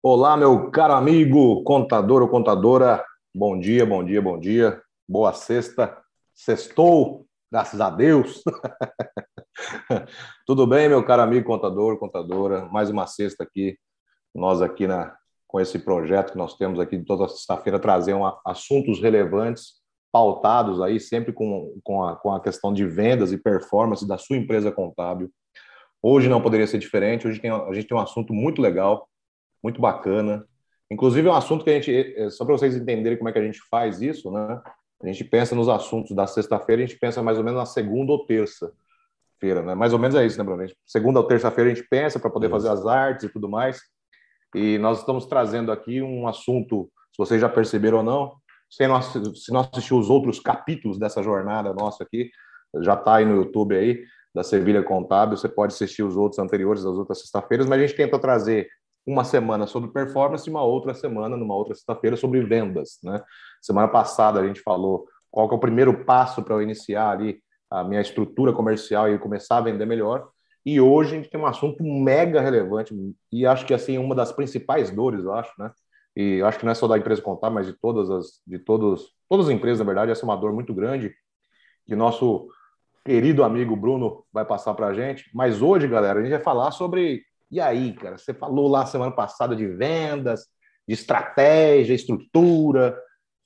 Olá, meu caro amigo, contador ou contadora. Bom dia, bom dia, bom dia. Boa sexta. Sextou, graças a Deus. Tudo bem, meu caro amigo, contador, contadora? Mais uma sexta aqui. Nós aqui com esse projeto que nós temos aqui de toda sexta-feira, trazer assuntos relevantes, pautados aí, sempre com a questão de vendas e performance da sua empresa contábil. Hoje não poderia ser diferente. Hoje a gente tem um assunto muito legal, muito bacana. Inclusive, é um assunto que só para vocês entenderem como é que a gente faz isso, né? A gente pensa nos assuntos da sexta-feira, a gente pensa mais ou menos na segunda ou terça-feira, né? Mais ou menos é isso, né, Bruno? Segunda ou terça-feira a gente pensa para poder fazer Isso. as artes e tudo mais. E nós estamos trazendo aqui um assunto, se vocês já perceberam ou não, se não assistiu os outros capítulos dessa jornada nossa aqui, já está aí no YouTube aí, da Sevilha Contábil, você pode assistir os outros anteriores, das outras sexta-feiras, mas a gente tenta trazer uma semana sobre performance e uma outra semana, numa outra sexta-feira, sobre vendas, né? Semana passada a gente falou qual que é o primeiro passo para eu iniciar ali a minha estrutura comercial e começar a vender melhor. E hoje a gente tem um assunto mega relevante e acho que assim uma das principais dores, eu acho, né? E eu acho que não é só da empresa contábil, mas todas as empresas, na verdade, essa é uma dor muito grande que nosso querido amigo Bruno vai passar para a gente. Mas hoje, galera, a gente vai falar sobre. E aí, cara? Você falou lá semana passada de vendas, de estratégia, estrutura.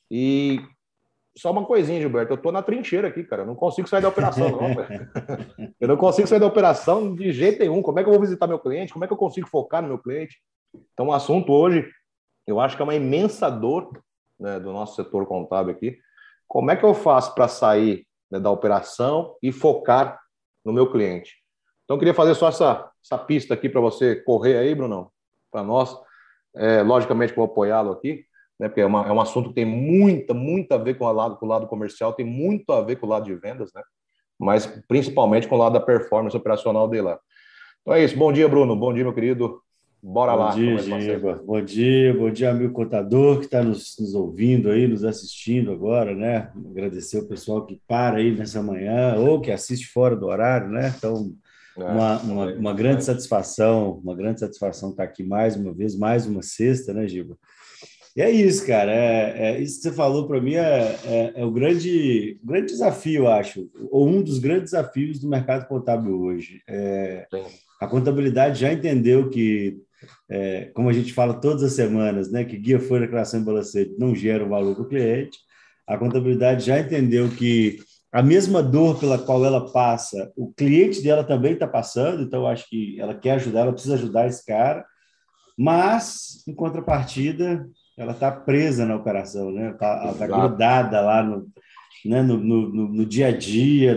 E só uma coisinha, Gilberto. Eu tô na trincheira aqui, cara. Eu não consigo sair da operação, não, velho. Eu não consigo sair da operação de jeito nenhum. Como é que eu vou visitar meu cliente? Como é que eu consigo focar no meu cliente? Então, o assunto hoje, eu acho que é uma imensa dor, né, do nosso setor contábil aqui. Como é que eu faço para sair, né, da operação e focar no meu cliente? Então, eu queria fazer só essa pista aqui para você correr aí, Brunão, para nós. Logicamente, vou apoiá-lo aqui, né, porque é um assunto que tem muito a ver com o lado comercial, tem muito a ver com o lado de vendas, né? Mas principalmente com o lado da performance operacional dele lá. Então é isso. Bom dia, Bruno. Bom dia, meu querido. Bora Bom lá para dia, mais uma sexta. Giba. Bom dia, amigo contador que está nos ouvindo aí, nos assistindo agora, né? Agradecer o pessoal que para aí nessa manhã ou que assiste fora do horário, né? Então, Também, bastante. uma grande satisfação estar aqui mais uma vez, mais uma sexta, né, Giba? E é isso, cara. Isso que você falou para mim é o grande desafio, eu acho, ou um dos grandes desafios do mercado contábil hoje. Sim. A contabilidade já entendeu que, como a gente fala todas as semanas, né, que guia, folha, declaração e balancete não gera um valor para o cliente. A contabilidade já entendeu que a mesma dor pela qual ela passa, o cliente dela também está passando, então eu acho que ela quer ajudar, ela precisa ajudar esse cara, mas, em contrapartida, ela está presa na operação, né? Ela tá Exato. grudada lá no dia a dia,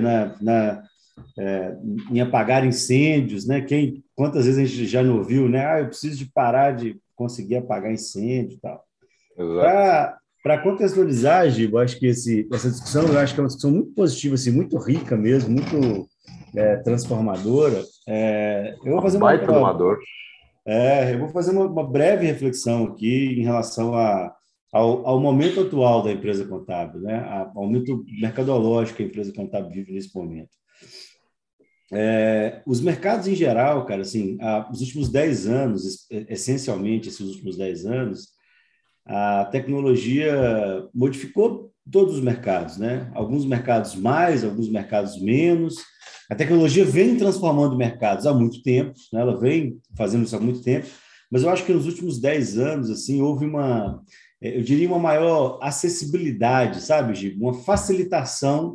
em apagar incêndios, né? Quantas vezes a gente já não ouviu, né? Eu preciso de parar de conseguir apagar incêndio e tal. Exato. Para contextualizar, Gibo, acho que essa discussão, eu acho que é uma discussão muito positiva, assim, muito rica mesmo, muito transformadora. Eu vou Uma fazer baita de uma dor. eu vou fazer uma breve reflexão aqui em relação ao momento atual da empresa contábil, né? Ao momento mercadológico que a empresa contábil vive nesse momento. Os mercados em geral, cara, assim, os últimos 10 anos, essencialmente esses últimos 10 anos, a tecnologia modificou todos os mercados, né? Alguns mercados mais, alguns mercados menos. A tecnologia vem transformando mercados há muito tempo, né? Ela vem fazendo isso há muito tempo, mas eu acho que nos últimos 10 anos, assim, houve eu diria, uma maior acessibilidade, sabe, Gibo? Uma facilitação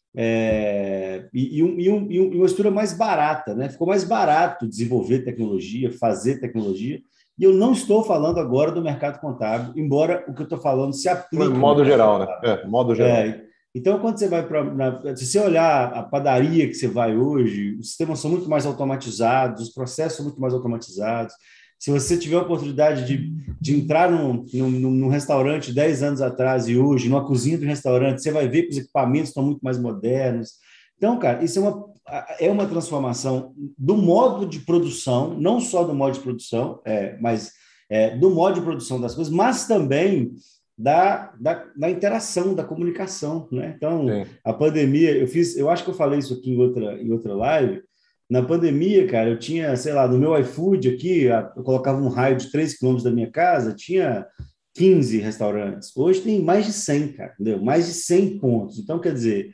e uma estrutura mais barata, né? Ficou mais barato desenvolver tecnologia, fazer tecnologia, e eu não estou falando agora do mercado contábil, embora o que eu estou falando se De aplique ao modo mercado geral, né? contábil. Modo geral. É, então, quando você vai se você olhar a padaria que você vai hoje, os sistemas são muito mais automatizados, os processos são muito mais automatizados. Se você tiver a oportunidade de entrar num restaurante 10 anos atrás e hoje, numa cozinha de um restaurante, você vai ver que os equipamentos estão muito mais modernos. Então, cara, isso é uma transformação do modo de produção, não só do modo de produção, mas do modo de produção das coisas, mas também da interação, da comunicação, né? Então, Sim. a pandemia, eu acho que eu falei isso aqui em outra live, Na pandemia, cara, eu tinha, sei lá, no meu iFood aqui, eu colocava um raio de 3 quilômetros da minha casa, tinha 15 restaurantes. Hoje tem mais de 100, cara, entendeu? Mais de 100 pontos. Então, quer dizer,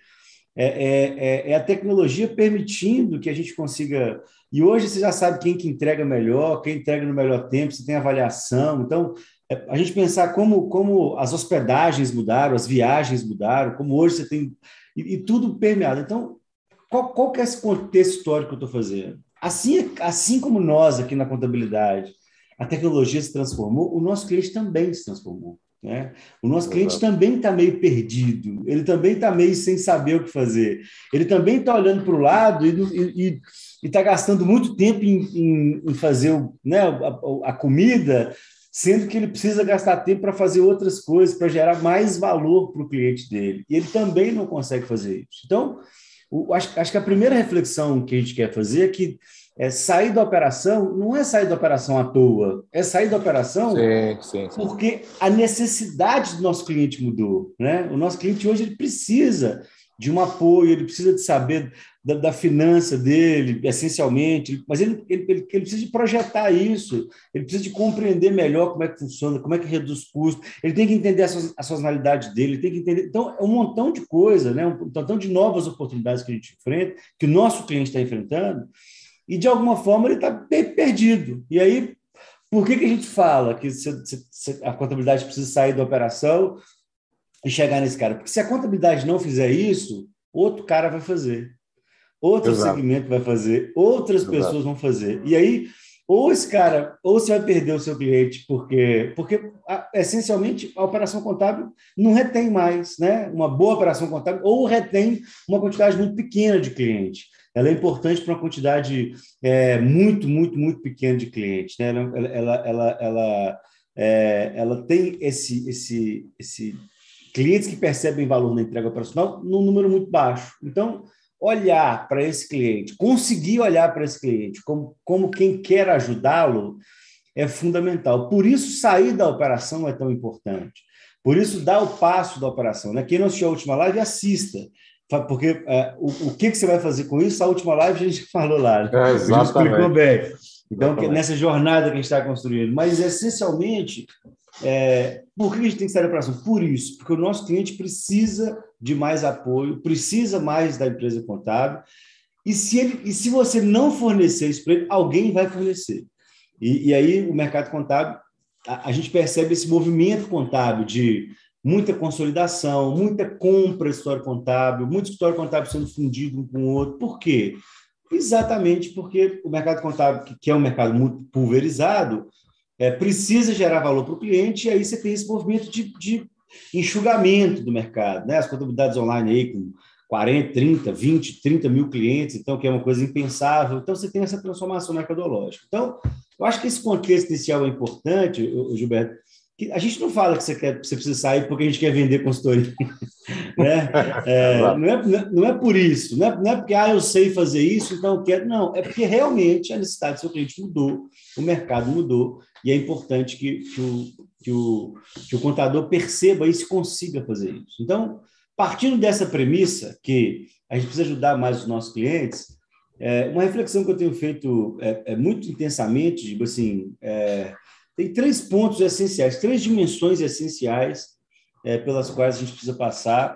é a tecnologia permitindo que a gente consiga. E hoje você já sabe quem que entrega melhor, quem entrega no melhor tempo, você tem avaliação. Então, a gente pensar como as hospedagens mudaram, as viagens mudaram, como hoje você tem. E tudo permeado. Então, qual que é esse contexto histórico que eu estou fazendo? Assim como nós aqui na contabilidade, a tecnologia se transformou, o nosso cliente também se transformou. Né? O nosso cliente Exato. também está meio perdido, ele também está meio sem saber o que fazer, ele também está olhando para o lado e está gastando muito tempo em fazer né, a comida, sendo que ele precisa gastar tempo para fazer outras coisas, para gerar mais valor para o cliente dele. E ele também não consegue fazer isso. Então, acho que a primeira reflexão que a gente quer fazer é que sair da operação não é sair da operação à toa, é sair da operação Sim, sim, sim. porque a necessidade do nosso cliente mudou, né? O nosso cliente hoje ele precisa de um apoio, ele precisa de saber da finança dele, essencialmente, mas ele precisa de projetar isso, ele precisa de compreender melhor como é que funciona, como é que reduz custos, ele tem que entender a sazonalidade dele, ele tem que entender. Então, é um montão de coisa, né? Um montão de novas oportunidades que a gente enfrenta, que o nosso cliente está enfrentando, e de alguma forma ele está perdido. E aí, por que a gente fala que a contabilidade precisa sair da operação e chegar nesse cara? Porque se a contabilidade não fizer isso, outro cara vai fazer, outro Exato, segmento vai fazer, outras exato. pessoas vão fazer. E aí, ou esse cara, ou você vai perder o seu cliente, porque essencialmente a operação contábil não retém mais, né? Uma boa operação contábil, ou retém uma quantidade muito pequena de cliente. Ela é importante para uma quantidade muito, muito, muito pequena de clientes, né? Ela tem esse clientes que percebem valor na entrega operacional num número muito baixo. Então, olhar para esse cliente, conseguir olhar para esse cliente como quem quer ajudá-lo é fundamental. Por isso, sair da operação é tão importante. Por isso, dar o passo da operação. Né? Quem não assistiu a última live, assista. Porque o que você vai fazer com isso? A última live a gente falou lá. Né? A gente explicou Exatamente, bem. Então, exatamente. nessa jornada que a gente está construindo. Mas, essencialmente, por que a gente tem que sair da operação? Por isso, porque o nosso cliente precisa de mais apoio, precisa mais da empresa contábil, e se você não fornecer isso para ele, alguém vai fornecer. E aí o mercado contábil, a gente percebe esse movimento contábil de muita consolidação, muita compra de escritório contábil, muito escritório contábil sendo fundido um com o outro. Por quê? Exatamente porque o mercado contábil, que é um mercado muito pulverizado, precisa gerar valor para o cliente, e aí você tem esse movimento de enxugamento do mercado, né? As contabilidades online aí com 40, 30, 20, 30 mil clientes, então, que é uma coisa impensável. Então, você tem essa transformação mercadológica. Então, eu acho que esse contexto inicial é importante, Gilberto, que a gente não fala que você precisa sair porque a gente quer vender consultoria, né? Exato. Não é por isso, não é porque eu sei fazer isso, então eu quero. Não, é porque realmente a necessidade do seu cliente mudou, o mercado mudou, e é importante que o contador perceba isso e consiga fazer isso. Então, partindo dessa premissa que a gente precisa ajudar mais os nossos clientes, uma reflexão que eu tenho feito muito intensamente, tipo assim, tem 3 pontos essenciais, 3 dimensões essenciais pelas quais a gente precisa passar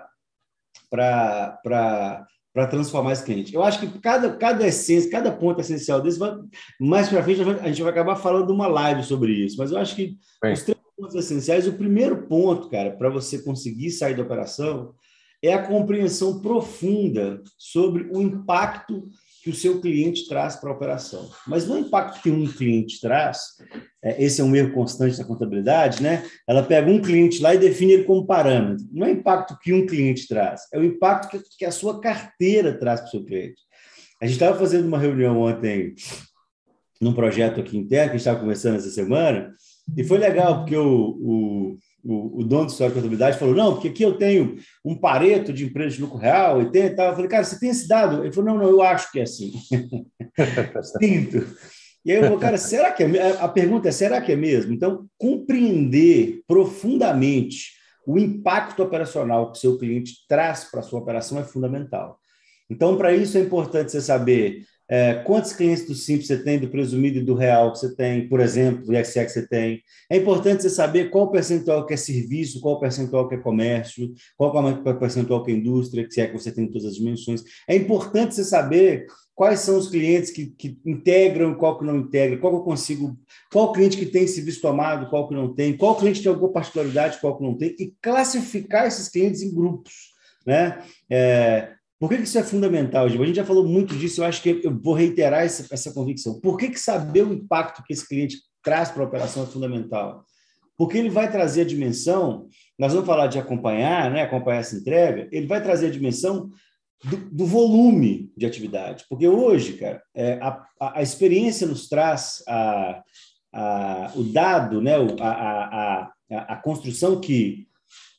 para transformar esse cliente. Eu acho que cada essência, cada ponto essencial desse, mais para frente a gente vai acabar falando uma live sobre isso, mas eu acho que os Bem, 3 pontos essenciais, o primeiro ponto, cara, para você conseguir sair da operação é a compreensão profunda sobre o impacto que o seu cliente traz para a operação. Mas não é o impacto que um cliente traz, esse é um erro constante da contabilidade, né? Ela pega um cliente lá e define ele como parâmetro. Não é o impacto que um cliente traz, é o impacto que a sua carteira traz para o seu cliente. A gente estava fazendo uma reunião ontem num projeto aqui interno, que a gente estava conversando essa semana, e foi legal, porque o dono do escritório de contabilidade falou, não, porque aqui eu tenho um Pareto de empresas de lucro real, e tem e tal. Eu falei, cara, você tem esse dado? Ele falou, não, eu acho que é assim. Sinto. E aí eu vou, cara, será que é? A pergunta é, será que é mesmo? Então, compreender profundamente o impacto operacional que o seu cliente traz para a sua operação é fundamental. Então, para isso é importante você saber Quantos clientes do Simples você tem, do Presumido e do Real que você tem, por exemplo, do IXE que você tem. É importante você saber qual o percentual que é serviço, qual o percentual que é comércio, qual o percentual que é indústria, se é que você tem em todas as dimensões. É importante você saber quais são os clientes que integram, qual que não integra, qual que eu consigo, qual cliente que tem serviço tomado, qual que não tem, qual cliente tem alguma particularidade, qual que não tem, e classificar esses clientes em grupos, né? Por que isso é fundamental, Gil? A gente já falou muito disso, eu acho que eu vou reiterar essa convicção. Por que saber o impacto que esse cliente traz para a operação é fundamental? Porque ele vai trazer a dimensão, nós vamos falar de acompanhar, né, acompanhar essa entrega, ele vai trazer a dimensão do volume de atividade. Porque hoje, cara, a experiência nos traz o dado, né, a construção que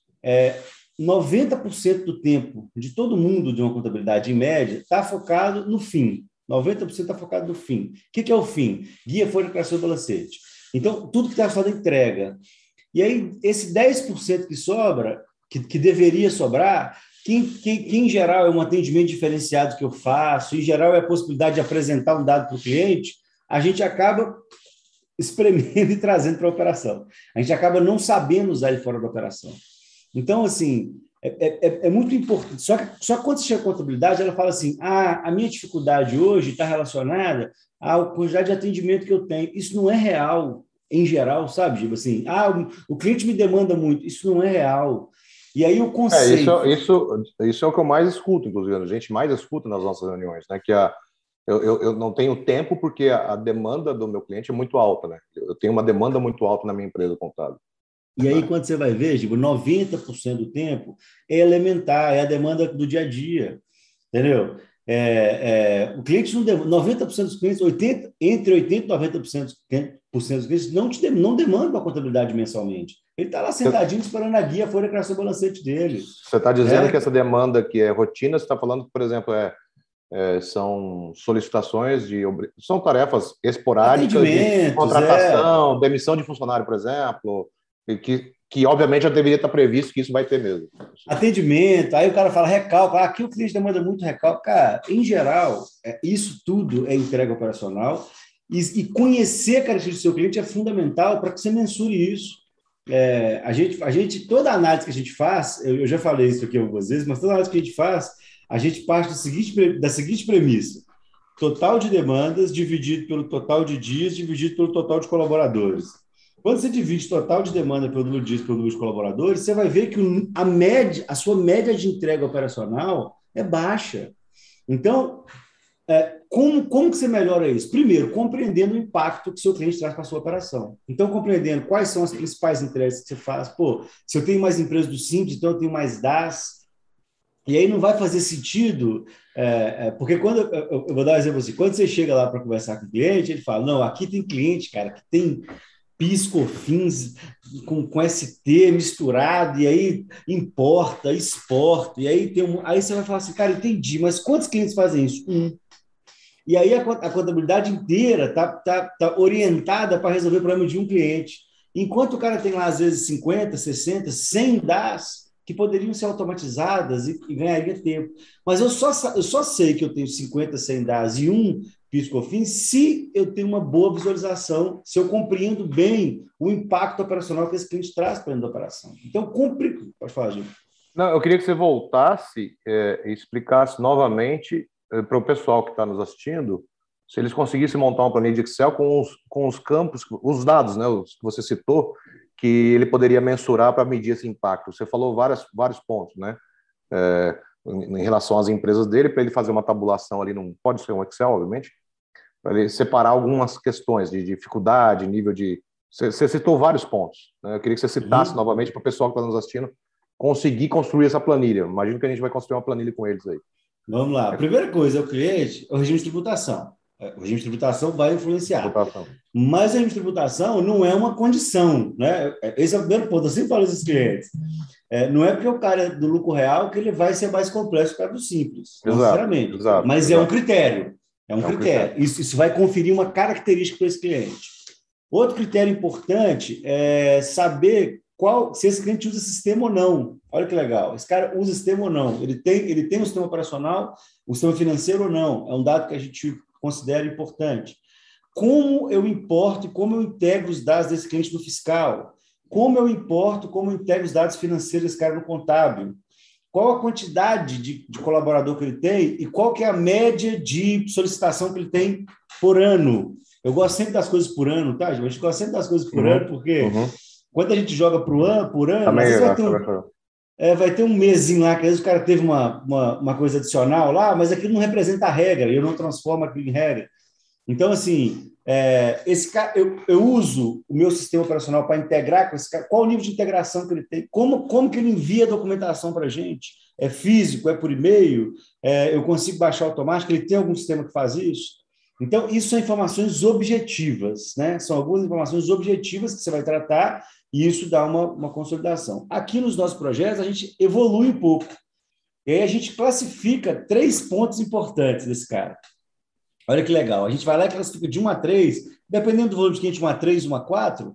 90% do tempo de todo mundo de uma contabilidade, em média, está focado no fim. 90% está focado no fim. O que é o fim? Guia, folha, criação e balancete. Então, tudo que está só da entrega. E aí, esse 10% que sobra, que deveria sobrar, que em geral é um atendimento diferenciado que eu faço, em geral é a possibilidade de apresentar um dado para o cliente, a gente acaba espremendo e trazendo para a operação. A gente acaba não sabendo usar ele fora da operação. Então, assim, é muito importante. Só que quando você chega à contabilidade, ela fala assim, a minha dificuldade hoje está relacionada à quantidade de atendimento que eu tenho. Isso não é real, em geral, sabe, Giba? Assim, o cliente me demanda muito. Isso não é real. E aí o conceito... Isso é o que eu mais escuto, inclusive, a gente mais escuta nas nossas reuniões, né? Que eu não tenho tempo porque a demanda do meu cliente é muito alta, né? Eu tenho uma demanda muito alta na minha empresa contábil. E aí, quando você vai ver, Giba, 90% do tempo é elementar, é a demanda do dia a dia, entendeu? O cliente não demanda, 90% dos clientes, entre 80% e 90% dos clientes não demandam a contabilidade mensalmente. Ele está lá sentadinho esperando a guia, a folha, criação e balancete dele. Você está dizendo que essa demanda que é rotina, você está falando que, por exemplo, são solicitações são tarefas esporádicas de contratação, demissão de funcionário, por exemplo, que obviamente já deveria estar previsto que isso vai ter mesmo. Atendimento, aí o cara fala recalque, aqui o cliente demanda muito recalque. Cara, em geral, isso tudo é entrega operacional e conhecer a característica do seu cliente é fundamental para que você mensure isso. Toda análise que a gente faz, eu já falei isso aqui algumas vezes, mas toda análise que a gente faz, a gente parte da seguinte premissa: total de demandas dividido pelo total de dias, dividido pelo total de colaboradores. Quando você divide total de demanda pelo número de dias, pelo número de colaboradores, você vai ver que a sua média de entrega operacional é baixa. Então, como que você melhora isso? Primeiro, compreendendo o impacto que o seu cliente traz para a sua operação. Então, compreendendo quais são as principais entregas que você faz. Se eu tenho mais empresas do Simples, então eu tenho mais DAS. E aí não vai fazer sentido, porque eu vou dar um exemplo assim, quando você chega lá para conversar com o cliente, ele fala, não, aqui tem cliente, cara, que tem PIS, COFINS com ST misturado, e aí importa, exporta, e aí aí você vai falar assim, cara, entendi, mas quantos clientes fazem isso? E aí a contabilidade inteira tá orientada para resolver o problema de um cliente. Enquanto o cara tem lá, às vezes, 50, 60, 100 DAS que poderiam ser automatizadas e ganharia tempo. Mas eu só sei que eu tenho 50, 100 DAS e um PIS/COFINS se eu tenho uma boa visualização, se eu compreendo bem o impacto operacional que esse cliente traz para dentro da operação. Então, pode falar, Gil. Não, eu queria que você voltasse e explicasse novamente para o pessoal que está nos assistindo, se eles conseguissem montar uma planilha de Excel com os campos, os dados, né, os que você citou, que ele poderia mensurar para medir esse impacto. Você falou vários pontos, né, em relação às empresas dele, para ele fazer uma tabulação ali, não pode ser um Excel, obviamente, para ele separar algumas questões de dificuldade, nível de... Você citou vários pontos, né? Eu queria que você citasse novamente para o pessoal que está nos assistindo conseguir construir essa planilha. Imagino que a gente vai construir uma planilha com eles aí. Vamos lá. A primeira coisa é o cliente, o regime de tributação. O regime de tributação vai influenciar. Mas o regime de tributação não é uma condição, né? Esse é o primeiro ponto. Eu sempre falo aos clientes. Não é porque o cara é do lucro real que ele vai ser mais complexo que o cara do simples, sinceramente. Mas é um critério. É um critério. Isso vai conferir uma característica para esse cliente. Outro critério importante é saber se esse cliente usa sistema ou não. Olha que legal. Esse cara usa sistema ou não. Ele tem um sistema operacional, um sistema financeiro ou não. É um dado que a gente considero importante. Como eu importo e como eu integro os dados desse cliente no fiscal? Como eu importo, como eu integro os dados financeiros desse cara no contábil? Qual a quantidade de colaborador que ele tem e qual que é a média de solicitação que ele tem por ano? Eu gosto sempre das coisas por ano, tá, gente? A gente gosta sempre das coisas por ano, porque quando a gente joga por ano, também às vezes vai ter um mesinho lá, que às vezes o cara teve uma coisa adicional lá, mas aquilo não representa a regra, e eu não transformo aquilo em regra. Então, assim, esse cara, eu uso o meu sistema operacional para integrar com esse cara. Qual o nível de integração que ele tem? Como que ele envia a documentação para a gente? É físico? É por e-mail? Eu consigo baixar automático? Ele tem algum sistema que faz isso? Então, isso são informações objetivas, né? São algumas informações objetivas que você vai tratar e isso dá uma consolidação. Aqui nos nossos projetos, a gente evolui um pouco. E aí a gente classifica 3 pontos importantes desse cara. Olha que legal. A gente vai lá e classifica de 1 a 3, dependendo do volume de cliente, 1 a 3, 1 a 4.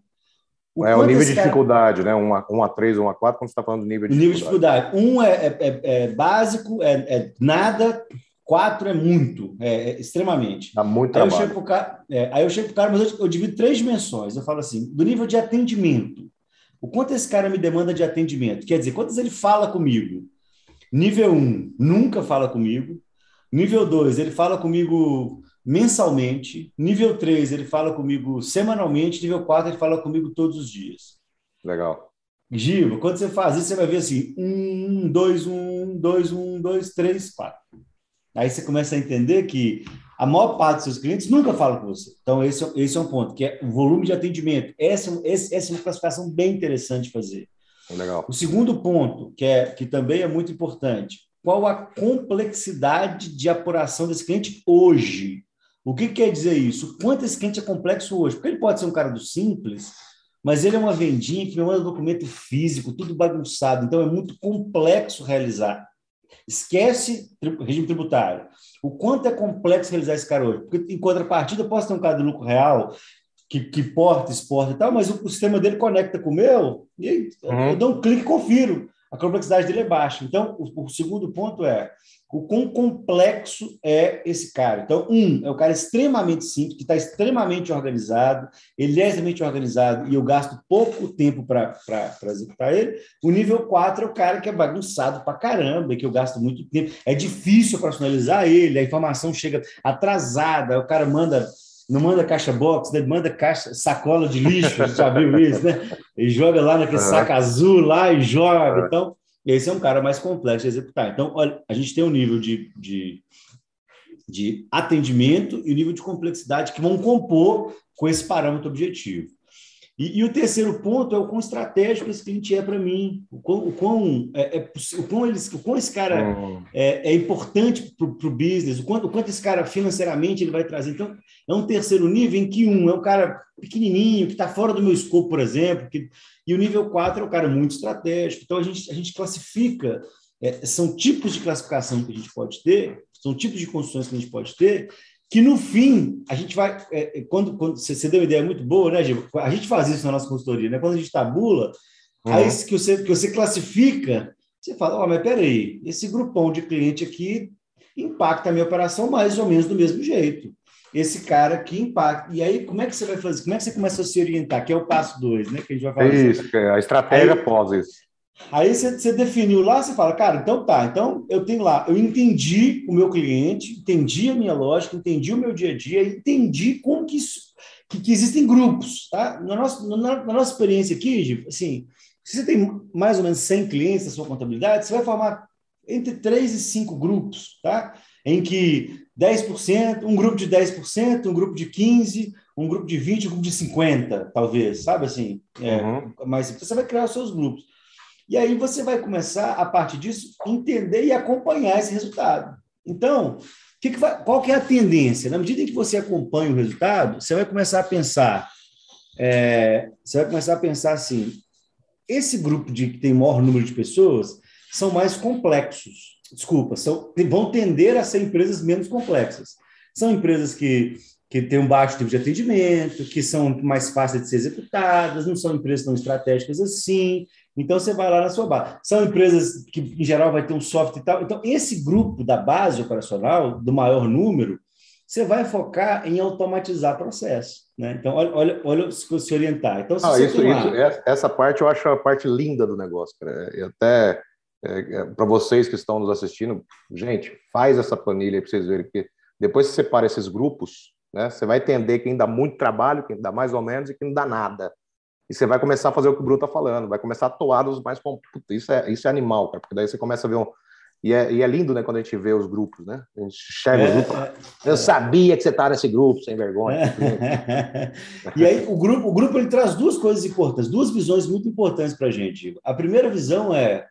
O nível de dificuldade, né? 1 a 3, 1 a 4, quando você está falando do nível de dificuldade. 1 é básico, é nada, 4 é muito, extremamente. Dá muito trabalho. Aí eu chego para o cara, mas eu divido 3 dimensões. Eu falo assim, do nível de atendimento. O quanto esse cara me demanda de atendimento? Quer dizer, quantas ele fala comigo? Nível 1, nunca fala comigo. Nível 2, ele fala comigo mensalmente. Nível 3, ele fala comigo semanalmente. Nível 4, ele fala comigo todos os dias. Legal. Giba, quando você faz isso, você vai ver assim, 1, 2, 1, 2, 1, 2, 3, 4. Aí você começa a entender que a maior parte dos seus clientes nunca fala com você. Então, esse é um ponto, que é o volume de atendimento. Essa é uma classificação bem interessante de fazer. Legal. O segundo ponto, que também é muito importante, qual a complexidade de apuração desse cliente hoje? O que quer dizer isso? O quanto esse cliente é complexo hoje? Porque ele pode ser um cara do simples, mas ele é uma vendinha que me manda documento físico, tudo bagunçado, então é muito complexo realizar. Esquece regime tributário. O quanto é complexo realizar esse cara hoje? Porque, em contrapartida, eu posso ter um cara de lucro real que porta, exporta e tal, mas o sistema dele conecta com o meu e eu dou um clique e confiro. A complexidade dele é baixa. Então, o segundo ponto é o quão complexo é esse cara. Então, é o cara extremamente simples, que está extremamente organizado, ele é extremamente organizado e eu gasto pouco tempo para executar ele. O nível 4 é o cara que é bagunçado para caramba, que eu gasto muito tempo. É difícil operacionalizar ele, a informação chega atrasada, o cara não manda caixa box, né? Manda sacola de lixo, a gente já viu isso, né? Ele joga lá naquele saco azul lá e joga. Então, esse é um cara mais complexo de executar. Então, olha, a gente tem um nível de atendimento e o nível de complexidade que vão compor com esse parâmetro objetivo. E o terceiro ponto é o quão estratégico esse cliente é para mim, o quão esse cara é importante para o business, o quanto esse cara financeiramente ele vai trazer. Então, é um terceiro nível em que é um cara pequenininho, que está fora do meu escopo, por exemplo, e o nível 4 é um cara muito estratégico. Então, a gente classifica, são tipos de classificação que a gente pode ter, são tipos de construções que a gente pode ter, que no fim, a gente vai... Quando você deu uma ideia muito boa, né, Gil? A gente faz isso na nossa consultoria, né? Quando a gente tabula, aí que você classifica, você fala, mas peraí, esse grupão de cliente aqui impacta a minha operação mais ou menos do mesmo jeito. Esse cara aqui impacta. E aí, como é que você vai fazer? Como é que você começa a se orientar? Que é o passo 2, né? Que a gente vai falar. Isso, a estratégia após isso. Aí você definiu lá, você fala, cara, então tá, então eu tenho lá, eu entendi o meu cliente, entendi a minha lógica, entendi o meu dia a dia, entendi como que existem grupos, tá? Na nossa experiência aqui, Gil, assim, se você tem mais ou menos 100 clientes na sua contabilidade, você vai formar entre 3 e 5 grupos, tá? Em que 10%, um grupo de 10%, um grupo de 15%, um grupo de 20%, um grupo de 50%, talvez, sabe assim? Mas você vai criar os seus grupos. E aí você vai começar, a partir disso, entender e acompanhar esse resultado. Então, qual que é a tendência? Na medida em que você acompanha o resultado, você vai começar a pensar, assim, esse grupo que tem maior número de pessoas são mais complexos. Desculpa, vão tender a ser empresas menos complexas. São empresas que têm um baixo tipo de atendimento, que são mais fáceis de ser executadas, não são empresas tão estratégicas assim. Então, você vai lá na sua base. São empresas que, em geral, vai ter um software e tal. Então, esse grupo da base operacional, do maior número, você vai focar em automatizar processo, né? Então, olha se orientar. Então, se essa parte eu acho a parte linda do negócio, cara. E até para vocês que estão nos assistindo, gente, faz essa planilha aí para vocês verem que depois que você separa esses grupos, né, você vai entender quem dá muito trabalho, quem dá mais ou menos e quem não dá nada. E você vai começar a fazer o que o Bruno está falando, vai começar a atuar dos mais... Isso é animal, cara, porque daí você começa a ver E é lindo, né, quando a gente vê os grupos, né? A gente enxerga os grupos. Eu sabia que você tá nesse grupo, sem vergonha. E aí, o grupo ele traz duas coisas importantes, duas visões muito importantes para a gente. A primeira visão é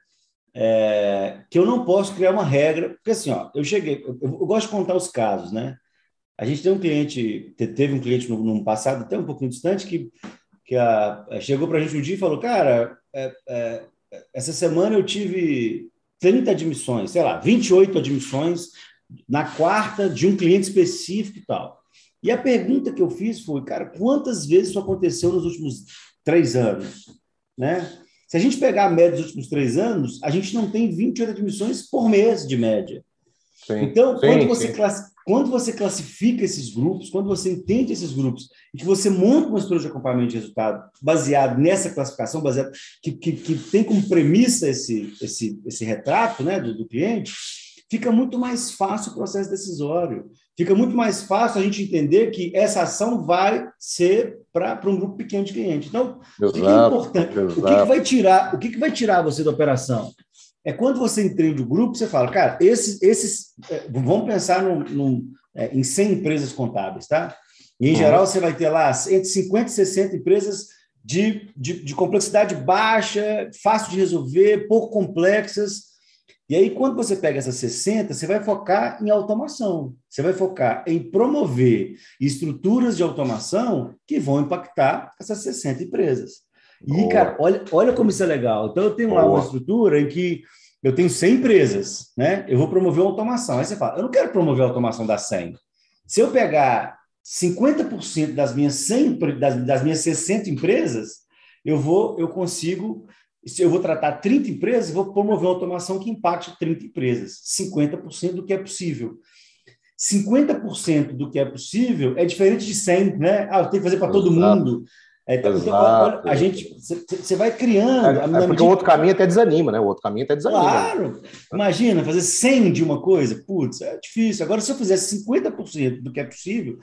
que eu não posso criar uma regra, porque assim, ó, eu gosto de contar os casos, né? A gente tem teve um cliente no passado, até um pouquinho distante, que chegou para a gente um dia e falou, cara, essa semana eu tive 30 admissões, sei lá, 28 admissões na quarta de um cliente específico e tal. E a pergunta que eu fiz foi, cara, quantas vezes isso aconteceu nos últimos 3 anos? Né? Se a gente pegar a média dos últimos 3 anos, a gente não tem 28 admissões por mês de média. Sim, então, quando você classifica esses grupos, quando você entende esses grupos, e que você monta uma estrutura de acompanhamento de resultado baseado nessa classificação, que tem como premissa esse retrato, né, do cliente, fica muito mais fácil o processo decisório. Fica muito mais fácil a gente entender que essa ação vai ser para um grupo pequeno de clientes. Então, o que é importante? O que vai tirar você da operação? É quando você entende o grupo, você fala, cara, vamos pensar em 100 empresas contábeis, tá? E, em geral, você vai ter lá entre 50 e 60 empresas de complexidade baixa, fácil de resolver, pouco complexas. E aí, quando você pega essas 60, você vai focar em automação. Você vai focar em promover estruturas de automação que vão impactar essas 60 empresas. E, cara, olha como isso é legal. Então, eu tenho lá uma estrutura em que eu tenho 100 empresas, né? Eu vou promover uma automação. Aí você fala, eu não quero promover a automação das 100. Se eu pegar 50% das minhas 100, das minhas 60 empresas, eu vou tratar 30 empresas e vou promover uma automação que impacte 30 empresas. 50% do que é possível. 50% do que é possível é diferente de 100, né? Eu tenho que fazer para todo mundo. Então, olha, você vai criando... porque o outro caminho até desanima, né? O outro caminho até desanima. Claro! Imagina, fazer 100 de uma coisa, putz, é difícil. Agora, se eu fizesse 50% do que é possível,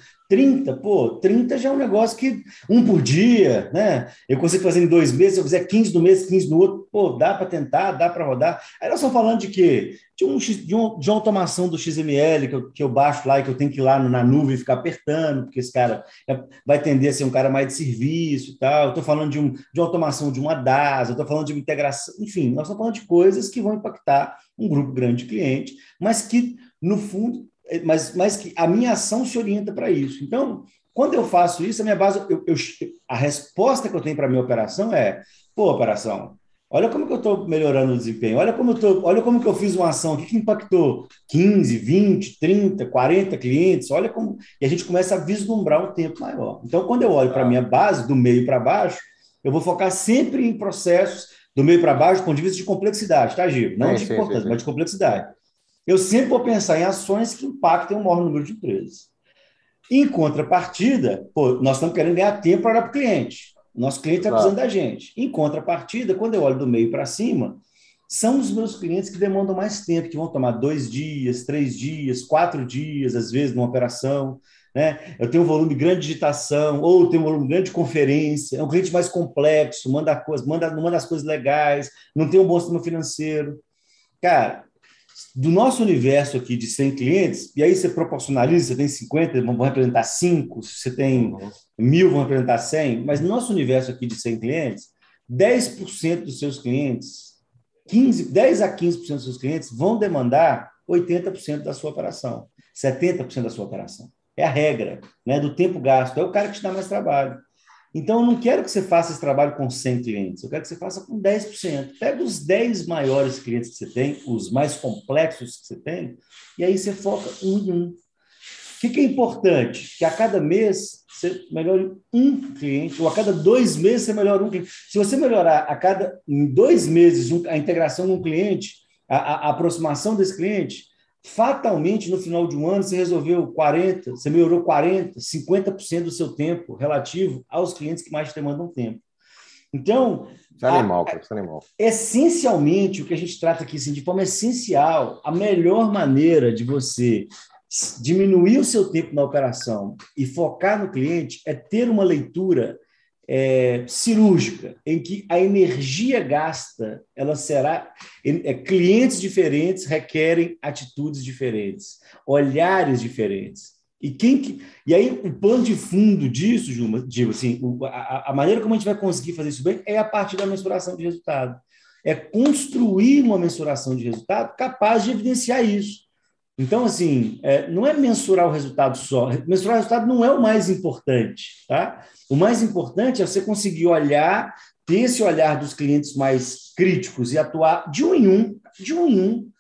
30 já é um negócio que... Um por dia, né? Eu consigo fazer em 2 meses, se eu fizer 15 no mês, 15 no outro, dá para tentar, dá para rodar. Aí nós estamos falando de quê? De uma automação do XML que eu baixo lá e que eu tenho que ir lá na nuvem e ficar apertando, porque esse cara vai tender a ser um cara mais de serviço e tal. Eu estou falando de uma automação de uma DAS, eu estou falando de uma integração, enfim, nós estamos falando de coisas que vão impactar um grupo grande de clientes, mas que, no fundo, mas que a minha ação se orienta para isso. Então, quando eu faço isso, a minha base, a resposta que eu tenho para a minha operação é, operação, olha como que eu estou melhorando o desempenho, olha como que eu fiz uma ação aqui que impactou 15, 20, 30, 40 clientes, olha como... E a gente começa a vislumbrar um tempo maior. Então, quando eu olho para a minha base, do meio para baixo, eu vou focar sempre em processos do meio para baixo, do ponto de vista de complexidade, tá, Gil? Não de importância, mas de complexidade. Eu sempre vou pensar em ações que impactem o maior número de empresas. Em contrapartida, nós estamos querendo ganhar tempo para olhar para o cliente. Nosso cliente está precisando da gente. Em contrapartida, quando eu olho do meio para cima, são os meus clientes que demandam mais tempo, que vão tomar 2 dias, 3 dias, 4 dias, às vezes, numa operação. Né? Eu tenho um volume grande de digitação, ou tenho um volume grande de conferência, é um cliente mais complexo, não manda as coisas legais, não tem um bom sistema financeiro. Cara, do nosso universo aqui de 100 clientes, e aí você proporcionaliza, você tem 50, vão representar 5, se você tem 1.000, vão representar 100, mas no nosso universo aqui de 100 clientes, 10% dos seus clientes, 10 a 15% dos seus clientes vão demandar 80% da sua operação, 70% da sua operação. É a regra, né, do tempo gasto, é o cara que te dá mais trabalho. Então, eu não quero que você faça esse trabalho com 100 clientes, eu quero que você faça com 10%. Pega os 10 maiores clientes que você tem, os mais complexos que você tem, e aí você foca em um. O que é importante? Que a cada mês você melhore um cliente, ou a cada 2 meses você melhora um cliente. Se você melhorar em 2 meses a integração de um cliente, a aproximação desse cliente, fatalmente, no final de um ano, você resolveu 40%, você melhorou 40%, 50% do seu tempo relativo aos clientes que mais te demandam tempo. Então, isso é animal, cara, isso é animal. Essencialmente, o que a gente trata aqui, assim, de forma essencial, a melhor maneira de você diminuir o seu tempo na operação e focar no cliente é ter uma leitura cirúrgica, em que a energia gasta, ela será... clientes diferentes requerem atitudes diferentes, olhares diferentes. E aí, o plano de fundo disso, Gilma, digo assim, a maneira como a gente vai conseguir fazer isso bem é a partir da mensuração de resultado. É construir uma mensuração de resultado capaz de evidenciar isso. Então, assim, não é mensurar o resultado só. Mensurar o resultado não é o mais importante, tá? O mais importante é você conseguir olhar, ter esse olhar dos clientes mais críticos e atuar de um em um.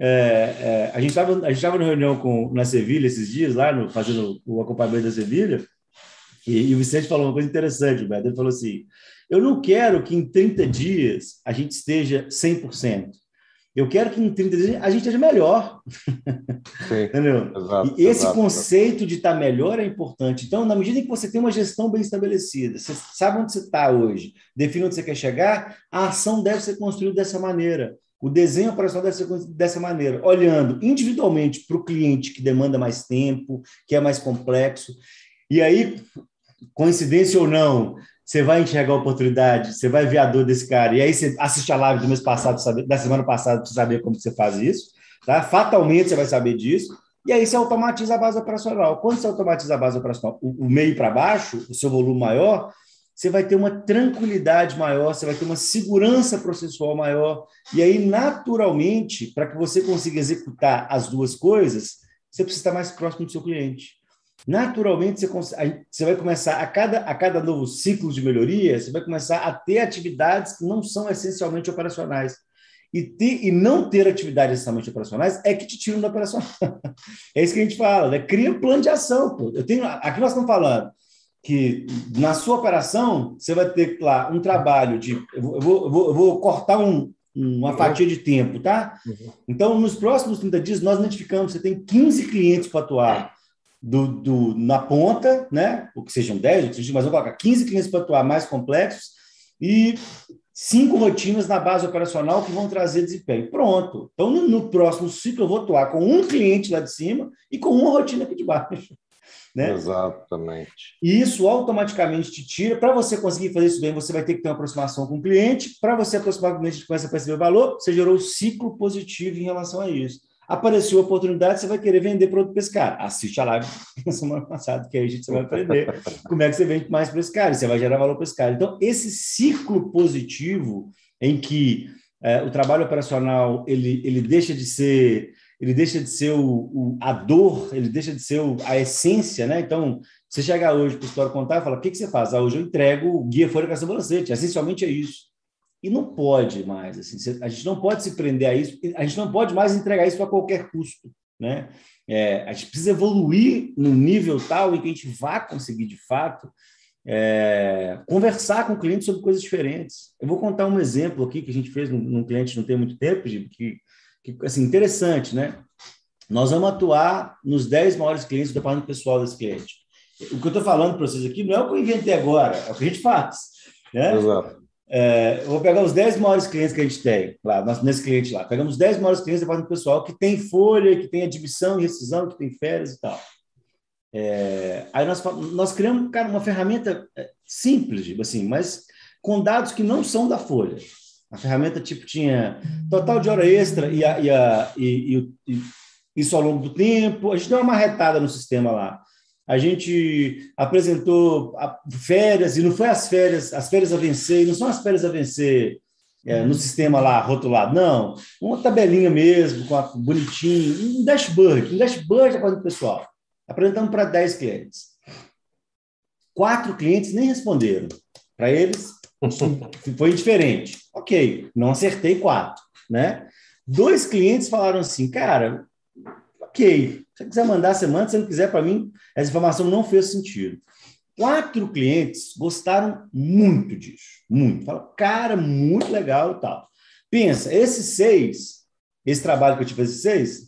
A gente estava na reunião na Sevilha esses dias, lá fazendo o acompanhamento da Sevilha, e o Vicente falou uma coisa interessante, Beto. Ele falou assim, eu não quero que em 30 dias a gente esteja 100%. Eu quero que em 30 dias a gente esteja melhor. Sim, entendeu? Exato, E esse conceito de estar melhor é importante. Então, na medida em que você tem uma gestão bem estabelecida, você sabe onde você está hoje, define onde você quer chegar, a ação deve ser construída dessa maneira. O desenho operacional deve ser construído dessa maneira, olhando individualmente para o cliente que demanda mais tempo, que é mais complexo. E aí, coincidência ou não, você vai enxergar a oportunidade, você vai ver a dor desse cara, e aí você assiste a live do mês passado, da semana passada, para saber como você faz isso, tá? Fatalmente você vai saber disso, e aí você automatiza a base operacional. Quando você automatiza a base operacional, o meio para baixo, o seu volume maior, você vai ter uma tranquilidade maior, você vai ter uma segurança processual maior, e aí, naturalmente, para que você consiga executar as duas coisas, você precisa estar mais próximo do seu cliente. Naturalmente, você vai começar, a cada novo ciclo de melhoria, você vai começar a ter atividades que não são essencialmente operacionais. E não ter atividades essencialmente operacionais é que te tiram da operação. É isso que a gente fala, né? Cria um plano de ação. Pô. Aqui nós estamos falando que na sua operação, você vai ter lá um trabalho de... Eu vou cortar uma fatia de tempo, tá? Então, nos próximos 30 dias, nós identificamos, você tem 15 clientes para atuar na ponta, né? Ou que sejam 10, ou que sejam, mas eu vou colocar 15 clientes para atuar mais complexos e 5 rotinas na base operacional que vão trazer desempenho. Pronto. Então, no próximo ciclo, eu vou atuar com um cliente lá de cima e com uma rotina aqui de baixo. Né? Exatamente. E isso automaticamente te tira. Para você conseguir fazer isso bem, você vai ter que ter uma aproximação com o cliente. Para você aproximar com o cliente, começa a perceber o valor, você gerou um ciclo positivo em relação a isso. Apareceu a oportunidade, você vai querer vender produto para esse cara. Assiste a live da semana passada, que aí você vai aprender como é que você vende mais para esse cara, e você vai gerar valor para esse cara. Então, esse ciclo positivo em que o trabalho operacional ele deixa de ser a dor, ele deixa de ser a essência, né? Então, você chegar hoje para o escritório contar e falar, o que você faz? Hoje eu entrego o guia Folha Cação Balancete, essencialmente é isso. E não pode mais, assim, a gente não pode se prender a isso, a gente não pode mais entregar isso a qualquer custo, né? A gente precisa evoluir num nível tal em que a gente vá conseguir, de fato, conversar com o cliente sobre coisas diferentes. Eu vou contar um exemplo aqui que a gente fez num cliente não tem muito tempo, que assim, interessante, né? Nós vamos atuar nos 10 maiores clientes do departamento pessoal desse cliente. O que eu estou falando para vocês aqui não é o que eu inventei agora, é o que a gente faz, né? Exato. Eu vou pegar os 10 maiores clientes que a gente tem lá, nesse cliente lá. Pegamos os 10 maiores clientes do departamento pessoal que tem folha, que tem admissão e rescisão, que tem férias e tal. Aí nós criamos, cara, uma ferramenta simples, tipo assim, mas com dados que não são da folha. A ferramenta tipo tinha total de hora extra e isso ao longo do tempo. A gente deu uma marretada no sistema lá. A gente apresentou férias, e não foi as férias a vencer, não são as férias a vencer no sistema lá rotulado, não. Uma tabelinha mesmo, bonitinho, um dashboard da coisa do pessoal. Apresentamos para 10 clientes. 4 clientes nem responderam. Para eles, foi indiferente. Ok, não acertei 4, né? 2 clientes falaram assim, cara, ok, se você quiser mandar, você manda, se não quiser, para mim, essa informação não fez sentido. 4 clientes gostaram muito disso, muito. Falaram, cara, muito legal e tal. Pensa, esse trabalho que eu tive, esses 6,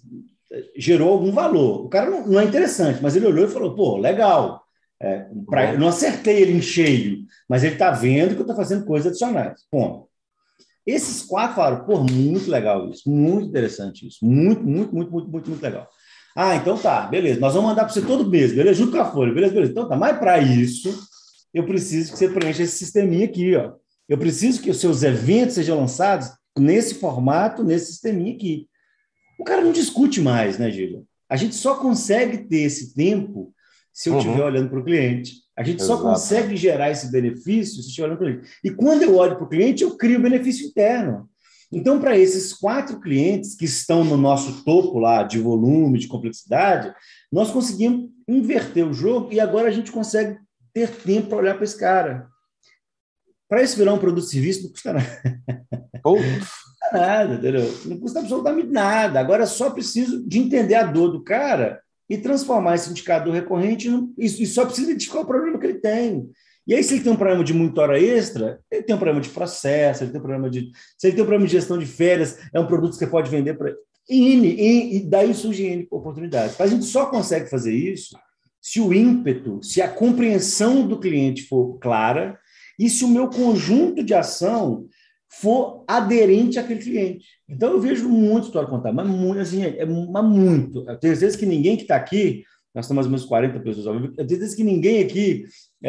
gerou algum valor. O cara não é interessante, mas ele olhou e falou, pô, legal. Eu não acertei ele em cheio, mas ele está vendo que eu estou fazendo coisas adicionais. Bom, esses 4 falaram, pô, muito legal isso, muito interessante isso, muito, muito, muito, muito, muito, muito legal. Ah, então tá, beleza, nós vamos mandar para você todo mês, beleza? Junto com a folha, beleza, beleza. Então tá, mas para isso, eu preciso que você preencha esse sisteminha aqui, ó. Eu preciso que os seus eventos sejam lançados nesse formato, nesse sisteminha aqui. O cara não discute mais, né, Gil? A gente só consegue ter esse tempo se eu estiver olhando para o cliente. A gente só consegue gerar esse benefício se eu estiver olhando para o cliente. E quando eu olho para o cliente, eu crio benefício interno. Então, para esses 4 clientes que estão no nosso topo lá de volume, de complexidade, nós conseguimos inverter o jogo e agora a gente consegue ter tempo para olhar para esse cara. Para isso virar um produto de serviço, não custa nada. Não custa nada, entendeu? Não custa absolutamente nada. Agora só preciso de entender a dor do cara e transformar esse indicador recorrente e só precisa identificar o problema que ele tem. E aí, se ele tem um problema de muita hora extra, ele tem um problema de processo, ele tem um problema de. Se ele tem um problema de gestão de férias, é um produto que você pode vender para. E daí surgem oportunidades. Mas a gente só consegue fazer isso se o ímpeto, se a compreensão do cliente for clara e se o meu conjunto de ação for aderente àquele cliente. Então, eu vejo muito história contar, mas muito, assim, mas muito. Eu tenho certeza que ninguém que está aqui, nós estamos mais ou menos 40 pessoas, eu tenho certeza que ninguém aqui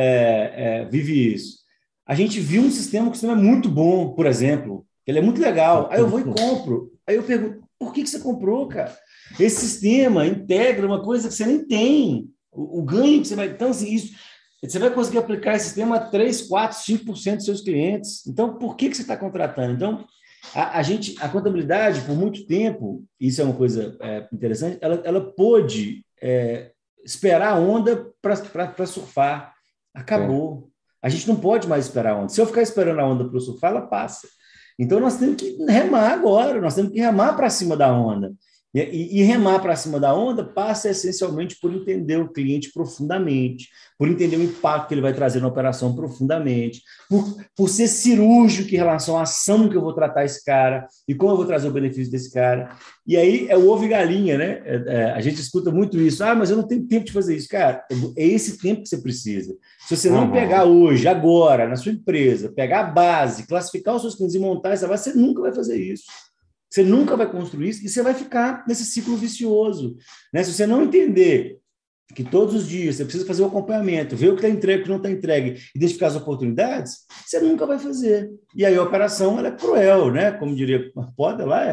vive isso. A gente viu um sistema que o sistema é muito bom, por exemplo, ele é muito legal, aí eu vou e compro. Aí eu pergunto, por que você comprou, cara? Esse sistema integra uma coisa que você nem tem, o ganho que você vai... Então, assim, isso... Você vai conseguir aplicar esse sistema a 3, 4, 5% dos seus clientes. Então, por que você está contratando? Então, a contabilidade, por muito tempo, isso é uma coisa interessante, ela pôde esperar a onda para surfar. Acabou. A gente não pode mais esperar a onda. Se eu ficar esperando a onda para surfar, ela passa. Então, nós temos que remar agora, nós temos que remar para cima da onda. E remar para cima da onda passa essencialmente por entender o cliente profundamente, por entender o impacto que ele vai trazer na operação profundamente, por ser cirúrgico em relação à ação que eu vou tratar esse cara e como eu vou trazer o benefício desse cara. E aí é o ovo e galinha, né? A gente escuta muito isso. Ah, mas eu não tenho tempo de fazer isso. Cara, é esse tempo que você precisa. Se você não pegar hoje, agora, na sua empresa, pegar a base, classificar os seus clientes e montar essa base, você nunca vai fazer isso. Você nunca vai construir isso e você vai ficar nesse ciclo vicioso. Né? Se você não entender que todos os dias você precisa fazer o acompanhamento, ver o que está entregue, o que não está entregue, identificar as oportunidades, você nunca vai fazer. E aí a operação ela é cruel, né? Como diria Poda lá,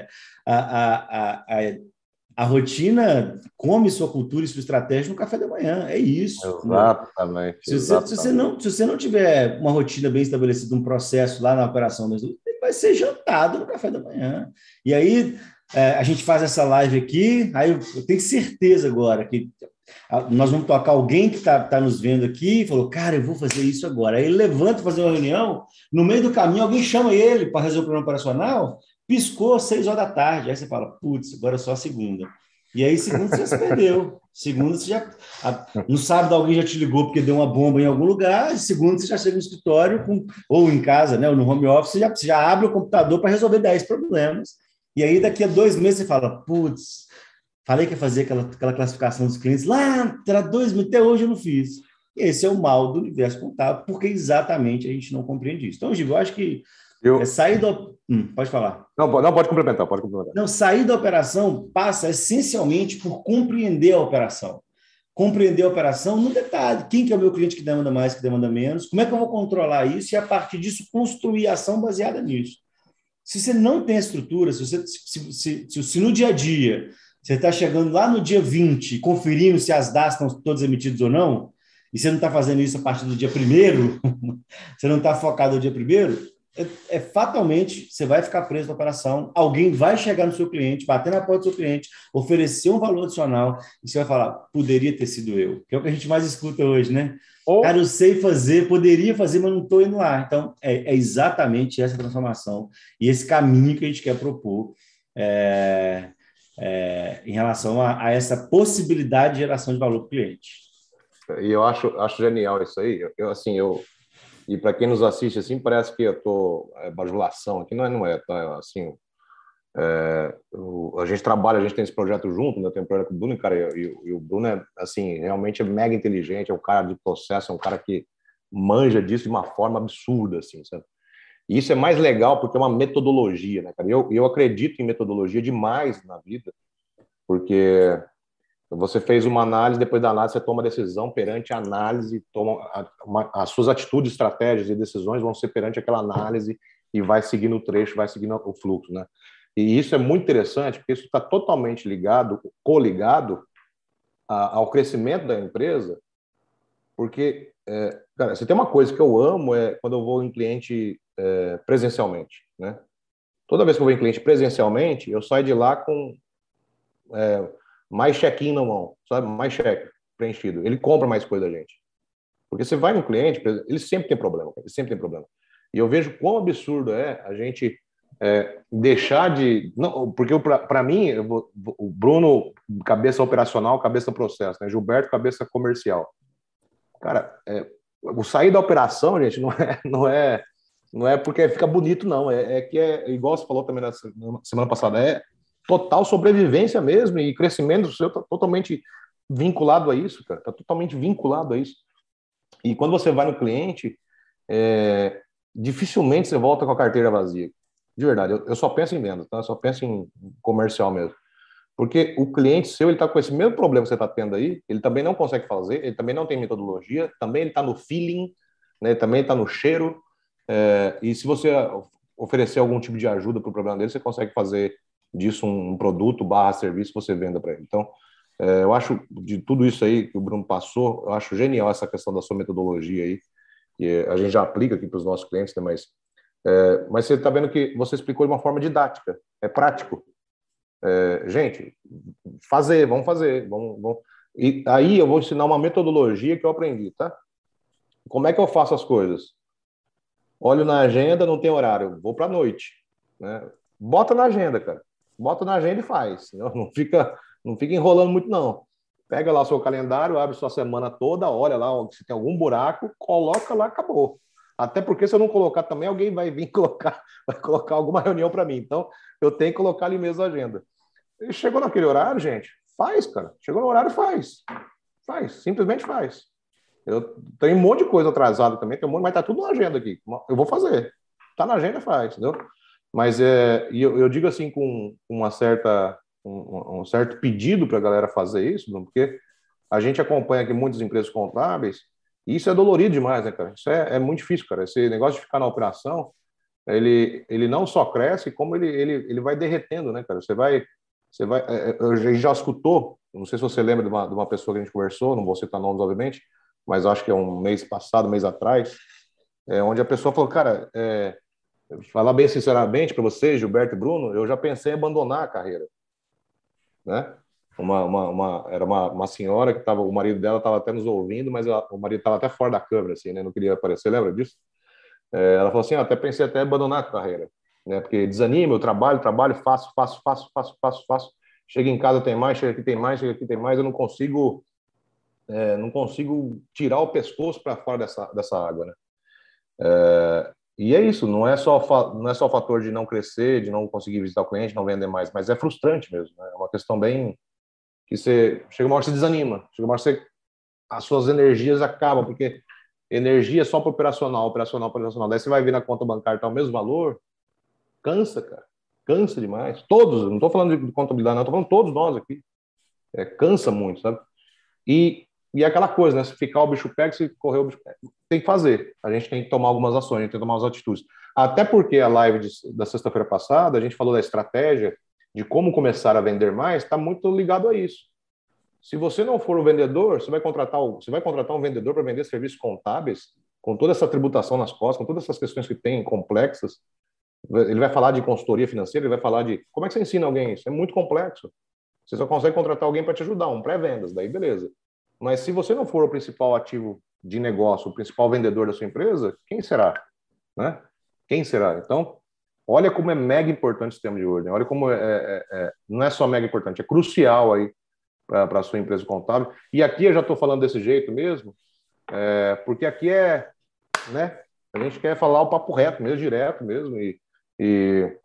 a rotina come sua cultura e sua estratégia no café da manhã. É isso. Exatamente. Se você não tiver uma rotina bem estabelecida, um processo lá na operação mesmo, vai ser jantado no café da manhã. E aí a gente faz essa live aqui, aí eu tenho certeza agora que nós vamos tocar alguém que está nos vendo aqui e falou, cara, eu vou fazer isso agora. Aí ele levanta fazer uma reunião, no meio do caminho alguém chama ele para resolver o problema operacional, piscou 6 horas da tarde. Aí você fala, putz, agora é só a segunda. E aí, segunda, você já se perdeu. Segunda, você já... No sábado, alguém já te ligou porque deu uma bomba em algum lugar. E segunda, você já chega no escritório, ou em casa, né, ou no home office, você já abre o computador para resolver 10 problemas. E aí, daqui a 2 meses, você fala, putz, falei que ia fazer aquela classificação dos clientes. Lá, era 2 meses, até hoje eu não fiz. Esse é o mal do universo contábil, porque exatamente a gente não compreende isso. Então, Gigo, eu acho que sair do... pode falar. Não, pode complementar, pode complementar. Não, sair da operação passa essencialmente por compreender a operação. Compreender a operação no detalhe. Quem que é o meu cliente que demanda mais, que demanda menos? Como é que eu vou controlar isso e, a partir disso, construir ação baseada nisso? Se você não tem a estrutura, se no dia a dia você está chegando lá no dia 20, conferindo se as datas estão todas emitidas ou não, e você não está fazendo isso a partir do dia 1º, você não está focado no dia 1º, fatalmente você vai ficar preso na operação, alguém vai chegar no seu cliente, bater na porta do seu cliente, oferecer um valor adicional, e você vai falar, poderia ter sido eu, que é o que a gente mais escuta hoje, né? Cara, eu sei fazer, poderia fazer, mas não estou indo lá. Então, é exatamente essa transformação e esse caminho que a gente quer propor em relação a essa possibilidade de geração de valor para o cliente. E eu acho genial isso aí. E para quem nos assiste, assim, parece que eu estou bajulação aqui, não é, tá? Assim, A gente trabalha, a gente tem esse projeto junto, né? Tem um projeto com o Bruno, cara, e o Bruno é, assim, realmente é mega inteligente, é um cara de processo, é um cara que manja disso de uma forma absurda, assim, sabe? E isso é mais legal porque é uma metodologia, né, cara? Eu acredito em metodologia demais na vida, porque você fez uma análise, depois da análise você toma decisão perante a análise, as suas atitudes, estratégias e decisões vão ser perante aquela análise e vai seguindo o trecho, vai seguindo o fluxo, né? E isso é muito interessante, porque isso está totalmente ligado, coligado ao crescimento da empresa, porque, cara, se tem uma coisa que eu amo é quando eu vou em cliente presencialmente, né? Toda vez que eu vou em cliente presencialmente, eu saio de lá com mais check-in na mão, sabe? Mais cheque preenchido. Ele compra mais coisa da gente. Porque você vai no cliente, ele sempre tem problema, ele sempre tem problema. E eu vejo quão absurdo é a gente deixar de... Não, porque para mim, o Bruno, cabeça operacional, cabeça processo, né? Gilberto, cabeça comercial. Cara, o sair da operação, gente, não é porque fica bonito, não. É que igual você falou também na semana passada, é total sobrevivência mesmo e crescimento seu tá totalmente vinculado a isso, cara. Tá totalmente vinculado a isso. E quando você vai no cliente, dificilmente você volta com a carteira vazia. De verdade, eu só penso em venda, tá? Eu só penso em comercial mesmo. Porque o cliente seu, ele está com esse mesmo problema que você está tendo aí, ele também não consegue fazer, ele também não tem metodologia, também ele está no feeling, né? Ele também está no cheiro, e se você oferecer algum tipo de ajuda para o problema dele, você consegue fazer disso um produto barra serviço que você venda para ele. Então, eu acho, de tudo isso aí que o Bruno passou, eu acho genial essa questão da sua metodologia aí, que a gente já aplica aqui para os nossos clientes, né? Mas você está vendo que você explicou de uma forma didática, é prático. Gente, vamos fazer. E aí eu vou ensinar uma metodologia que eu aprendi, tá? Como é que eu faço as coisas? Olho na agenda, não tem horário, vou para a noite, né? Bota na agenda, cara. Bota na agenda e faz. Não fica enrolando muito, não. Pega lá o seu calendário, abre sua semana toda, olha lá se tem algum buraco, coloca lá, acabou. Até porque se eu não colocar também, alguém vai vir vai colocar alguma reunião para mim. Então, eu tenho que colocar ali mesmo a agenda. E chegou naquele horário, gente, faz, cara. Chegou no horário, faz. Faz, simplesmente faz. Eu tenho um monte de coisa atrasada também, mas tá tudo na agenda aqui. Eu vou fazer. Tá na agenda, faz, entendeu? Mas e eu digo assim com um certo pedido para a galera fazer isso, porque a gente acompanha aqui muitas empresas contábeis e isso é dolorido demais, né, cara? Isso é muito difícil, cara. Esse negócio de ficar na operação, ele não só cresce, como ele vai derretendo, né, cara? A gente já escutou, não sei se você lembra de uma pessoa que a gente conversou, não vou citar nomes, obviamente, mas acho que é um mês passado, mês atrás, onde a pessoa falou, cara, falar bem sinceramente para você, Gilberto e Bruno, eu já pensei em abandonar a carreira, né? Era uma senhora que o marido dela estava até nos ouvindo, mas o marido estava até fora da câmera, assim, né? Não queria aparecer, lembra disso? Ela falou assim, até pensei até em abandonar a carreira, né? Porque desanima, eu trabalho, faço. Chega em casa tem mais, chega aqui tem mais, chega aqui tem mais, eu não consigo tirar o pescoço para fora dessa água, né? E é isso, não é só o fator de não crescer, de não conseguir visitar o cliente, não vender mais, mas é frustrante mesmo, né? É uma questão bem que chega uma hora que você desanima, chega uma hora que as suas energias acabam, porque energia é só para operacional. Daí você vai ver na conta bancária tá o mesmo valor, cansa, cara, cansa demais. Todos, não estou falando de contabilidade, não, estou falando todos nós aqui. Cansa muito, sabe? E é aquela coisa, né? Se ficar o bicho pega, se correr o bicho pega. Tem que fazer. A gente tem que tomar algumas ações, a gente tem que tomar algumas atitudes. Até porque a live da sexta-feira passada, a gente falou da estratégia de como começar a vender mais, está muito ligado a isso. Se você não for um vendedor, você vai contratar um vendedor para vender serviços contábeis, com toda essa tributação nas costas, com todas essas questões que tem complexas. Ele vai falar de consultoria financeira, ele vai falar de como é que você ensina alguém isso? É muito complexo. Você só consegue contratar alguém para te ajudar, um pré-vendas, daí beleza. Mas se você não for o principal ativo de negócio, o principal vendedor da sua empresa, quem será? Né? Quem será? Então, olha como é mega importante o sistema de ordem. Olha como não é só mega importante, é crucial aí para a sua empresa contábil. E aqui eu já estou falando desse jeito mesmo, porque aqui né? A gente quer falar o papo reto mesmo, direto mesmo, e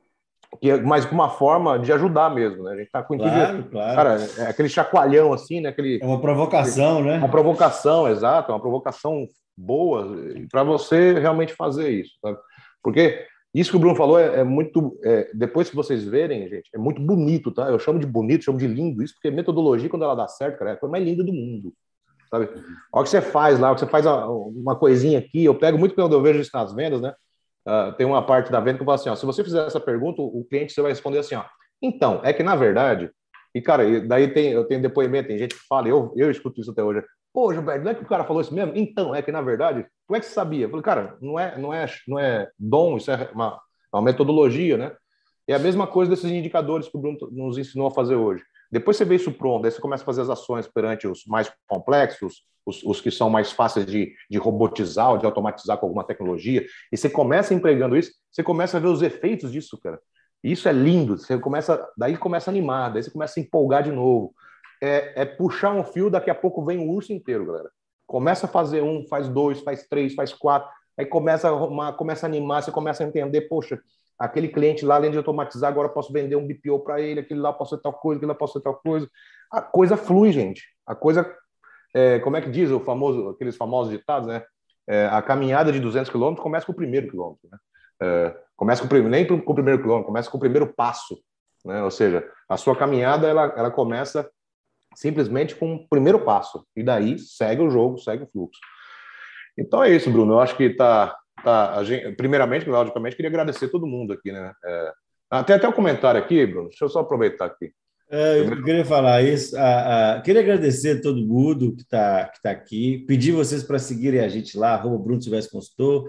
mas com uma forma de ajudar mesmo, né? A gente está com o Claro, claro. Cara, é aquele chacoalhão assim, né? É uma provocação, né? Uma provocação, exato, uma provocação boa para você realmente fazer isso, sabe? Porque isso que o Bruno falou é muito. Depois que vocês verem, gente, é muito bonito, tá? Eu chamo de bonito, chamo de lindo isso, porque metodologia, quando ela dá certo, cara, é a coisa mais linda do mundo, sabe? Olha o que você faz lá, o que você faz uma coisinha aqui. Eu pego muito quando eu vejo isso nas vendas, né? Tem uma parte da venda que eu falo assim: ó, se você fizer essa pergunta, o cliente você vai responder assim: ó, então, é que na verdade. E, cara, daí eu tenho depoimento, tem gente que fala, eu escuto isso até hoje. Pô, Gilberto, não é que o cara falou isso mesmo? Então, é que na verdade, como é que você sabia? Eu falei, cara, não é dom, isso é uma metodologia, né? É a mesma coisa desses indicadores que o Bruno nos ensinou a fazer hoje. Depois você vê isso pronto, aí você começa a fazer as ações perante os mais complexos, os que são mais fáceis de robotizar ou de automatizar com alguma tecnologia, e você começa empregando isso, você começa a ver os efeitos disso, cara. Isso é lindo, daí começa a animar, daí você começa a empolgar de novo. É puxar um fio, daqui a pouco vem o urso inteiro, galera. Começa a fazer um, faz dois, faz três, faz quatro, aí começa a arrumar, começa a animar, você começa a entender, poxa, aquele cliente lá, além de automatizar, agora eu posso vender um BPO para ele, aquele lá posso ser tal coisa, aquele lá posso ser tal coisa. A coisa flui, gente. A coisa, como é que diz aqueles famosos ditados, né? A caminhada de 200 quilômetros começa com o primeiro quilômetro, né? Começa nem com o primeiro quilômetro, começa com o primeiro passo, né? Ou seja, a sua caminhada ela começa simplesmente com o primeiro passo e daí segue o jogo, segue o fluxo. Então é isso, Bruno. Eu acho que primeiramente, logicamente, queria agradecer todo mundo aqui, né? Tem até um comentário aqui, Bruno. Deixa eu só aproveitar aqui. Eu queria falar isso. Queria agradecer a todo mundo que tá aqui. Pedir vocês para seguirem a gente lá, @BrunoSilvestre Consultor,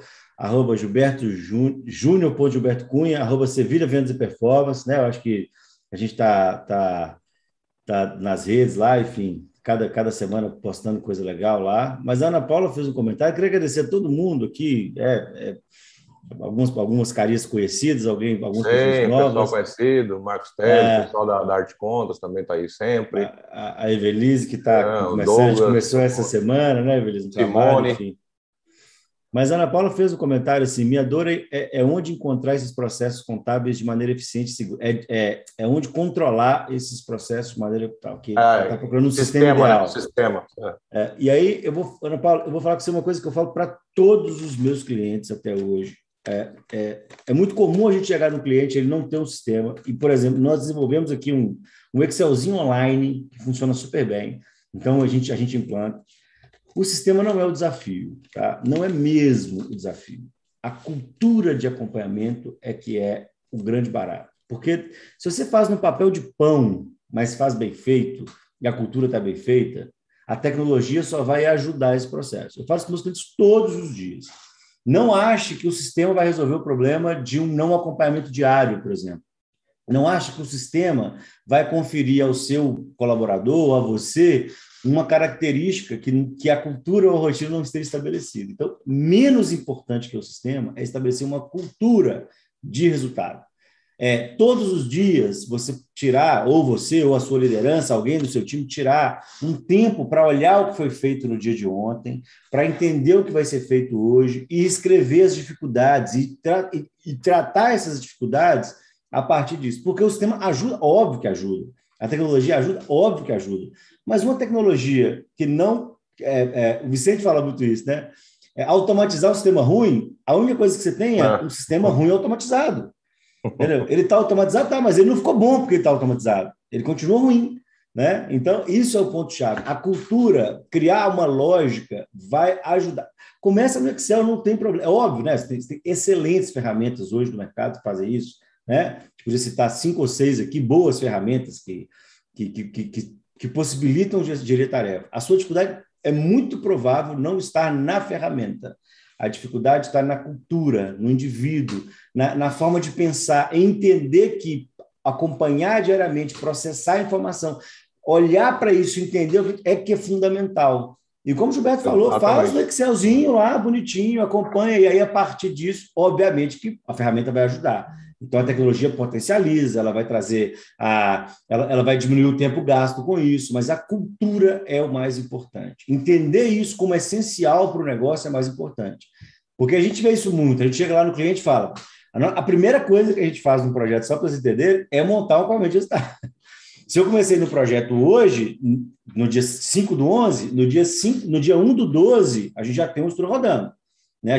@Júnior.Gilberto Cunha, @Sevilha Vendas e Performance, né? Eu acho que a gente tá nas redes lá, enfim, cada semana postando coisa legal lá. Mas a Ana Paula fez um comentário. Queria agradecer a todo mundo aqui. Algumas carinhas conhecidas, algumas pessoas Sim, pessoal novas. conhecido, Marcos Teles, o pessoal da Arte Contas também está aí sempre. A Evelise, que está começando, Douglas, a gente começou essa semana, né, Evelise, no trabalho, enfim. Mas a Ana Paula fez um comentário assim: minha dor é onde encontrar esses processos contábeis de maneira eficiente e segura. É onde controlar esses processos de maneira tal, que está procurando um sistema ideal. Né? Sistema. E aí, Ana Paula, eu vou falar com você uma coisa que eu falo para todos os meus clientes até hoje. É muito comum a gente chegar no cliente, ele não ter um sistema. E, por exemplo, nós desenvolvemos aqui um Excelzinho online que funciona super bem. Então, a gente implanta. O sistema não é o desafio, tá? Não é mesmo o desafio. A cultura de acompanhamento é que é o grande barato. Porque se você faz no papel de pão, mas faz bem feito, e a cultura está bem feita, a tecnologia só vai ajudar esse processo. Eu faço com meus clientes todos os dias. Não ache que o sistema vai resolver o problema de um não acompanhamento diário, por exemplo. Não ache que o sistema vai conferir ao seu colaborador ou a você uma característica que a cultura ou a rotina não esteja estabelecida. Então, menos importante que o sistema é estabelecer uma cultura de resultado. Todos os dias você tirar, ou você, ou a sua liderança, alguém do seu time, tirar um tempo para olhar o que foi feito no dia de ontem, para entender o que vai ser feito hoje e escrever as dificuldades e tratar essas dificuldades a partir disso. Porque o sistema ajuda, óbvio que ajuda. A tecnologia ajuda, óbvio que ajuda. Mas uma tecnologia que não... o Vicente fala muito isso, né? Automatizar um sistema ruim, a única coisa que você tem é um sistema ruim automatizado. Entendeu? Ele está automatizado, tá, mas ele não ficou bom porque ele está automatizado. Ele continua ruim, né? Então, isso é o ponto-chave. A cultura, criar uma lógica, vai ajudar. Começa no Excel, não tem problema. É óbvio, né? Você tem excelentes ferramentas hoje no mercado que fazem isso, né? Podia citar 5 ou 6 aqui, boas ferramentas que possibilitam gerir tarefa. A sua dificuldade é muito provável não estar na ferramenta. A dificuldade está na cultura, no indivíduo, na forma de pensar, entender que acompanhar diariamente, processar a informação, olhar para isso, entender é que é fundamental. E como o Gilberto falou, faz o Excelzinho lá, bonitinho, acompanha, e aí, a partir disso, obviamente, que a ferramenta vai ajudar. Então, a tecnologia potencializa, ela vai trazer, ela vai diminuir o tempo gasto com isso, mas a cultura é o mais importante. Entender isso como essencial para o negócio é mais importante. Porque a gente vê isso muito, a gente chega lá no cliente e fala, A primeira coisa que a gente faz no projeto, só para vocês entenderem, é montar um pagamento de resultado. Se eu comecei no projeto hoje, no dia 5 do 11, no dia 1 do 12, a gente já tem um estudo rodando. Né?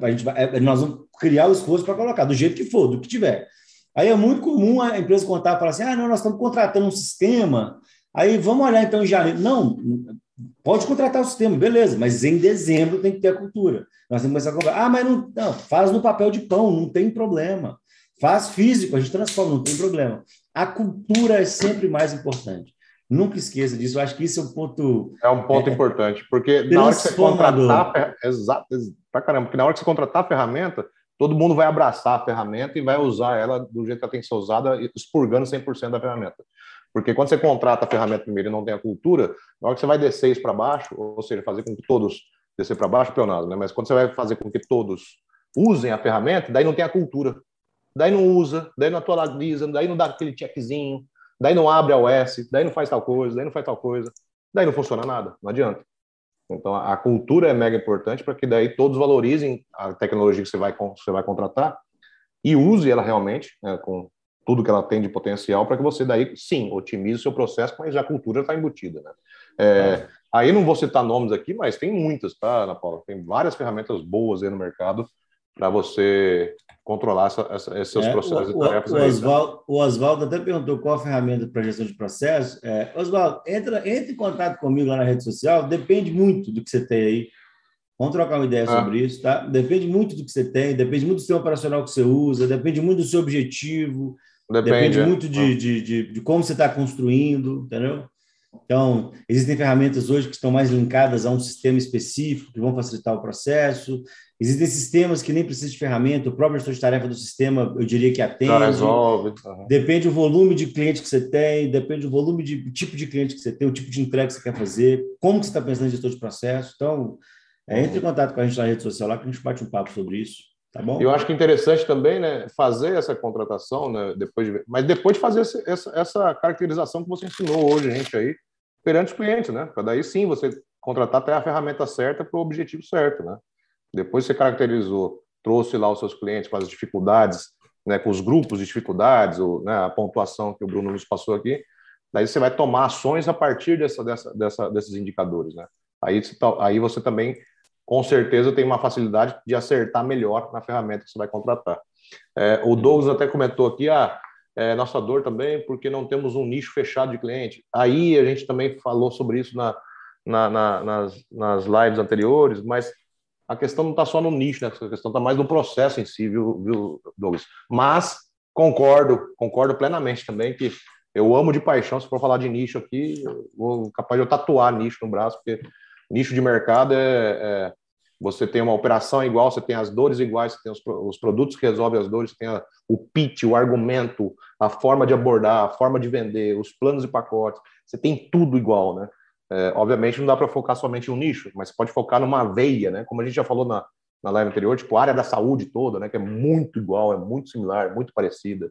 Nós vamos criar o esforço para colocar, do jeito que for, do que tiver. Aí é muito comum a empresa contar e falar assim, não, nós estamos contratando um sistema, aí vamos olhar então em janeiro. Não, pode contratar o sistema, beleza, mas em dezembro tem que ter a cultura. Nós temos que começar a comprar. Mas não, faz no papel de pão, não tem problema. Faz físico, a gente transforma, não tem problema. A cultura é sempre mais importante. Nunca esqueça disso. Eu acho que isso é um ponto... É um ponto importante, porque na hora que você contratar... Exato, pra caramba, porque na hora que você contratar a ferramenta, todo mundo vai abraçar a ferramenta e vai usar ela do jeito que ela tem que ser usada, expurgando 100% da ferramenta. Porque quando você contrata a ferramenta primeiro e não tem a cultura, na hora que você vai descer isso para baixo, ou seja, fazer com que todos descer para baixo, peonado, né? Mas quando você vai fazer com que todos usem a ferramenta, daí não tem a cultura. Daí não usa, daí não atualiza, daí não dá aquele checkzinho, daí não abre a OS, daí não faz tal coisa, daí não faz tal coisa, daí não funciona nada, não adianta. Então, a cultura é mega importante para que daí todos valorizem a tecnologia que você vai contratar e use ela realmente, né, com tudo que ela tem de potencial, para que você daí, sim, otimize o seu processo, mas a cultura está embutida, né? Aí não vou citar nomes aqui, mas tem muitas, tá, Ana Paula? Tem várias ferramentas boas aí no mercado para você controlar esses seus processos e tarefas. O Oswaldo até perguntou qual a ferramenta para gestão de processo. Oswaldo, entra em contato comigo lá na rede social, depende muito do que você tem aí. Vamos trocar uma ideia sobre isso, tá? Depende muito do que você tem, depende muito do sistema operacional que você usa, depende muito do seu objetivo, depende muito de como você está construindo, entendeu? Então, existem ferramentas hoje que estão mais linkadas a um sistema específico, que vão facilitar o processo. Existem sistemas que nem precisam de ferramenta, o próprio gestor de tarefa do sistema, eu diria que atende. Já resolve. Depende do volume de cliente que você tem, depende do volume de tipo de cliente que você tem, o tipo de entrega que você quer fazer, como que você está pensando em gestor de processo. Então, entre em contato com a gente na rede social lá, que a gente bate um papo sobre isso. Tá bom? Eu acho que é interessante também, né, fazer essa contratação, né, mas depois de fazer essa caracterização que você ensinou hoje, gente, aí, perante os clientes, né? Para daí sim você contratar até a ferramenta certa para o objetivo certo, né? Depois você caracterizou, trouxe lá os seus clientes com as dificuldades, né, com os grupos de dificuldades, né, a pontuação que o Bruno nos passou aqui, daí você vai tomar ações a partir desses indicadores, né? Aí você também, com certeza, tem uma facilidade de acertar melhor na ferramenta que você vai contratar. O Douglas até comentou aqui, nossa dor também, porque não temos um nicho fechado de cliente. Aí a gente também falou sobre isso nas lives anteriores, mas a questão não está só no nicho, né? A questão está mais no processo em si, viu, Douglas? Mas concordo plenamente também que eu amo de paixão, se for falar de nicho aqui, eu vou capaz de eu tatuar nicho no braço, porque nicho de mercado você tem uma operação igual, você tem as dores iguais, você tem os produtos que resolvem as dores, você tem o pitch, o argumento, a forma de abordar, a forma de vender, os planos e pacotes, você tem tudo igual, né? Obviamente não dá para focar somente em um nicho, mas você pode focar numa veia, né? Como a gente já falou na live anterior, tipo a área da saúde toda, né? Que é muito igual, é muito similar, muito parecida,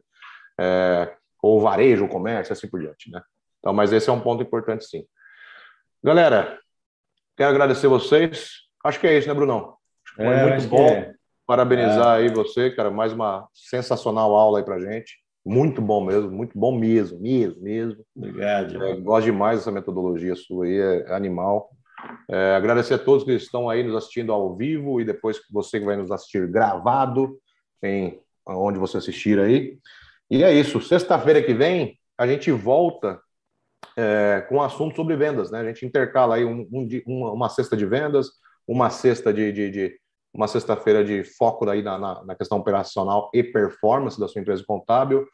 ou varejo, ou comércio, assim por diante, né? Então, mas esse é um ponto importante, sim. Galera, quero agradecer vocês. Acho que é isso, né, Brunão? Foi muito bom. Parabenizar aí você, cara. Mais uma sensacional aula aí pra gente. Muito bom mesmo, muito bom mesmo. Obrigado. Gosto demais dessa metodologia sua aí, é animal. Agradecer a todos que estão aí nos assistindo ao vivo e depois você que vai nos assistir gravado, onde você assistir aí. E é isso. Sexta-feira que vem, a gente volta com um assunto sobre vendas, né? A gente intercala aí uma cesta de vendas, uma sexta-feira de foco aí na questão operacional e performance da sua empresa contábil.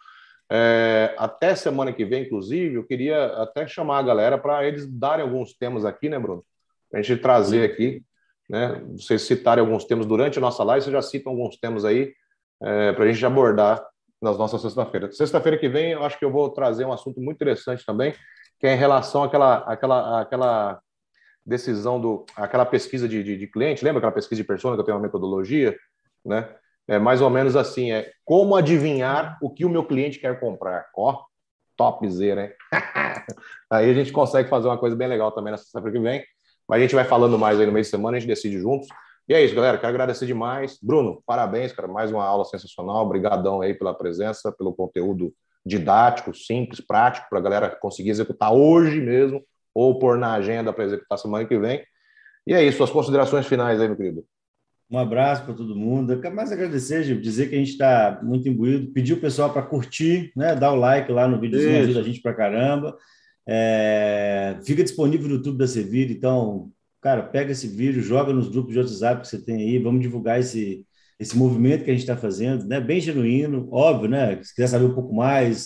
Até semana que vem, inclusive, eu queria até chamar a galera para eles darem alguns temas aqui, né, Bruno? Para a gente trazer aqui, né? Vocês citarem alguns temas durante a nossa live, vocês já citam alguns temas aí para a gente abordar nas nossas sexta-feiras. Sexta-feira que vem, eu acho que eu vou trazer um assunto muito interessante também, que é em relação àquela decisão aquela pesquisa de cliente, lembra aquela pesquisa de persona que eu tenho uma metodologia, né? É mais ou menos assim, como adivinhar o que o meu cliente quer comprar. Ó, topzera, hein? Aí a gente consegue fazer uma coisa bem legal também na sexta-feira que vem, mas a gente vai falando mais aí no meio de semana, a gente decide juntos. E é isso, galera. Quero agradecer demais. Bruno, parabéns, cara. Mais uma aula sensacional. Obrigadão aí pela presença, pelo conteúdo didático, simples, prático, para a galera conseguir executar hoje mesmo ou pôr na agenda para executar semana que vem. E é isso, suas considerações finais aí, meu querido. Um abraço para todo mundo. Eu quero mais agradecer, Gil, dizer que a gente está muito imbuído, pedir o pessoal para curtir, né? Dar o like lá no videozinho, ajuda a gente para caramba. Fica disponível no YouTube da Cevira, então, cara, pega esse vídeo, joga nos grupos de WhatsApp que você tem aí, vamos divulgar esse movimento que a gente está fazendo, né? Bem genuíno, óbvio, né? Se quiser saber um pouco mais,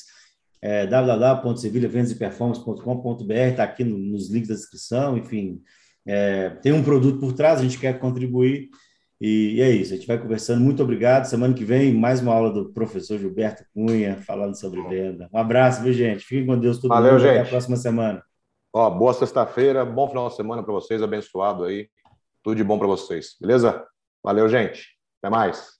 www.sevilhavendaseperformance.com.br, está aqui nos links da descrição, enfim. Tem um produto por trás, a gente quer contribuir. E é isso, a gente vai conversando. Muito obrigado. Semana que vem, mais uma aula do professor Gilberto Cunha, falando sobre venda. Um abraço, viu, gente? Fiquem com Deus, todo Valeu, mundo. Até a gente. próxima semana. Ó, boa sexta-feira, bom final de semana para vocês, abençoado aí. Tudo de bom para vocês, beleza? Valeu, gente. Até mais.